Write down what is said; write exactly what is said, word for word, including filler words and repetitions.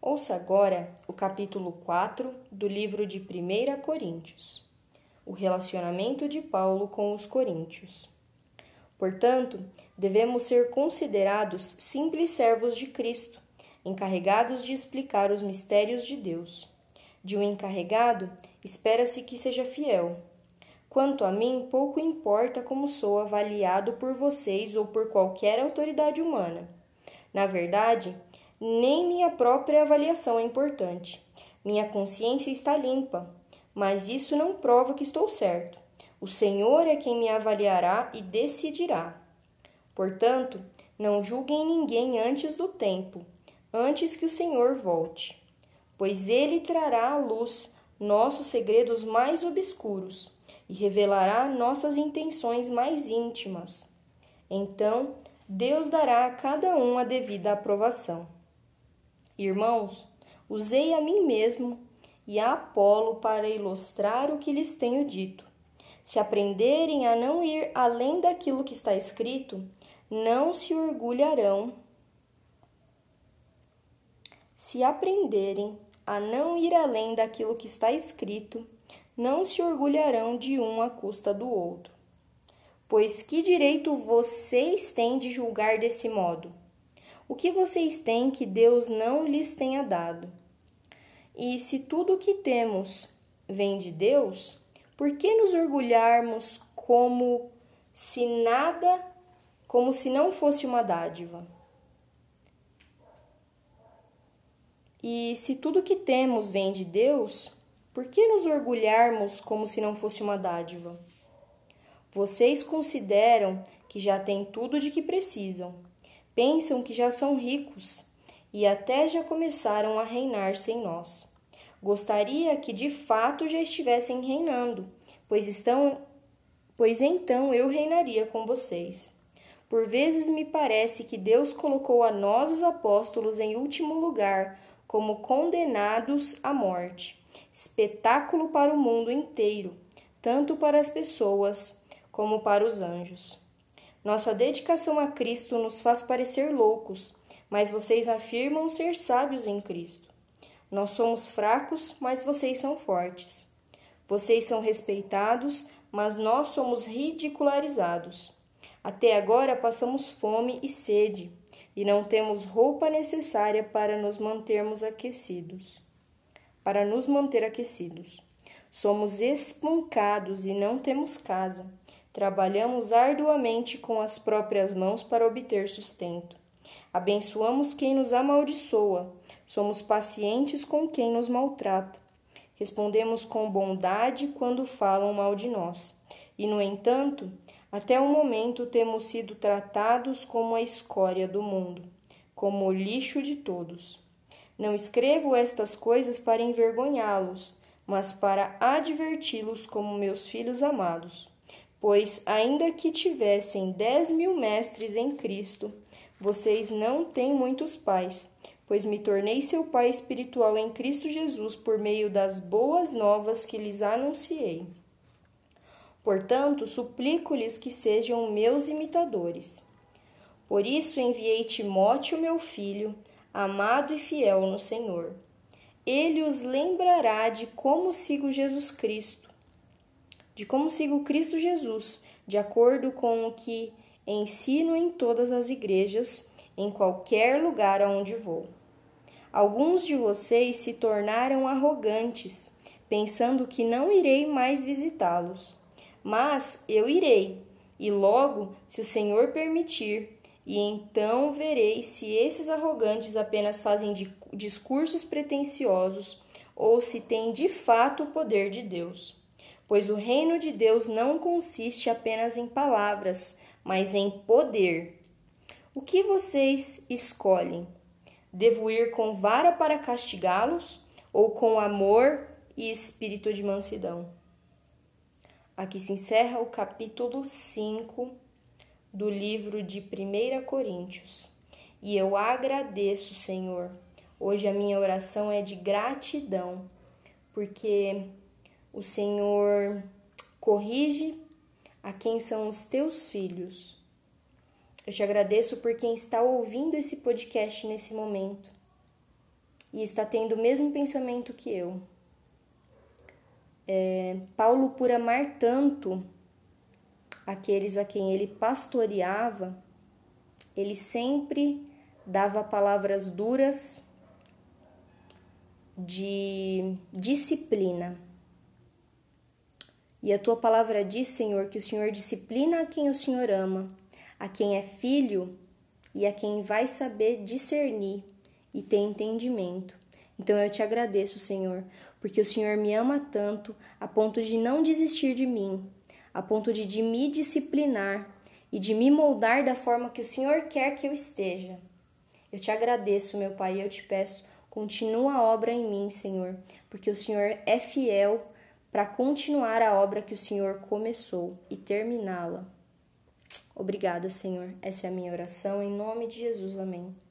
Ouça agora o capítulo quatro do livro de primeira Coríntios, o relacionamento de Paulo com os coríntios. Portanto, devemos ser considerados simples servos de Cristo, encarregados de explicar os mistérios de Deus. De um encarregado, espera-se que seja fiel. Quanto a mim, pouco importa como sou avaliado por vocês ou por qualquer autoridade humana. Na verdade, nem minha própria avaliação é importante. Minha consciência está limpa, mas isso não prova que estou certo. O Senhor é quem me avaliará e decidirá. Portanto, não julguem ninguém antes do tempo, antes que o Senhor volte, pois Ele trará à luz nossos segredos mais obscuros e revelará nossas intenções mais íntimas. Então, Deus dará a cada um a devida aprovação. Irmãos, usei a mim mesmo e a Apolo para ilustrar o que lhes tenho dito. Se aprenderem a não ir além daquilo que está escrito, não se orgulharão. Se aprenderem a não ir além daquilo que está escrito, não se orgulharão de um à custa do outro. Pois que direito vocês têm de julgar desse modo? O que vocês têm que Deus não lhes tenha dado? E se tudo o que temos vem de Deus, por que nos orgulharmos como se nada, como se não fosse uma dádiva? E se tudo o que temos vem de Deus, por que nos orgulharmos como se não fosse uma dádiva? Vocês consideram que já têm tudo de que precisam. Pensam que já são ricos e até já começaram a reinar sem nós. Gostaria que de fato já estivessem reinando, pois estão, pois então eu reinaria com vocês. Por vezes me parece que Deus colocou a nós, os apóstolos, em último lugar, como condenados à morte, espetáculo para o mundo inteiro, tanto para as pessoas como para os anjos. Nossa dedicação a Cristo nos faz parecer loucos, mas vocês afirmam ser sábios em Cristo. Nós somos fracos, mas vocês são fortes. Vocês são respeitados, mas nós somos ridicularizados. Até agora passamos fome e sede, e não temos roupa necessária para nos mantermos aquecidos. Para nos manter aquecidos. Somos espancados e não temos casa. Trabalhamos arduamente com as próprias mãos para obter sustento. Abençoamos quem nos amaldiçoa. Somos pacientes com quem nos maltrata. Respondemos com bondade quando falam mal de nós. E, no entanto, até o momento temos sido tratados como a escória do mundo, como o lixo de todos. Não escrevo estas coisas para envergonhá-los, mas para adverti-los como meus filhos amados. Pois, ainda que tivessem dez mil mestres em Cristo, vocês não têm muitos pais, pois me tornei seu pai espiritual em Cristo Jesus por meio das boas novas que lhes anunciei. Portanto, suplico-lhes que sejam meus imitadores. Por isso enviei Timóteo, meu filho, amado e fiel no Senhor. Ele os lembrará de como sigo Jesus Cristo, de como sigo Cristo Jesus, de acordo com o que ensino em todas as igrejas, em qualquer lugar aonde vou. Alguns de vocês se tornaram arrogantes, pensando que não irei mais visitá-los. Mas eu irei, e logo, se o Senhor permitir, e então verei se esses arrogantes apenas fazem discursos pretensiosos ou se têm de fato o poder de Deus. Pois o reino de Deus não consiste apenas em palavras, mas em poder. O que vocês escolhem? Devo ir com vara para castigá-los ou com amor e espírito de mansidão? Aqui se encerra o capítulo cinco do livro de primeira Coríntios. E eu agradeço, Senhor. Hoje a minha oração é de gratidão, porque o Senhor corrige a quem são os teus filhos. Eu te agradeço por quem está ouvindo esse podcast nesse momento. e está tendo o mesmo pensamento que eu. É, Paulo, por amar tanto aqueles a quem ele pastoreava, ele sempre dava palavras duras de disciplina. E a tua palavra diz, Senhor, que o Senhor disciplina a quem o Senhor ama, a quem é filho e a quem vai saber discernir e ter entendimento. Então eu te agradeço, Senhor, porque o Senhor me ama tanto a ponto de não desistir de mim, a ponto de, de me disciplinar e de me moldar da forma que o Senhor quer que eu esteja. Eu te agradeço, meu Pai, e eu te peço, continua a obra em mim, Senhor, porque o Senhor é fiel para continuar a obra que o Senhor começou e terminá-la. Obrigada, Senhor. Essa é a minha oração, em nome de Jesus. Amém.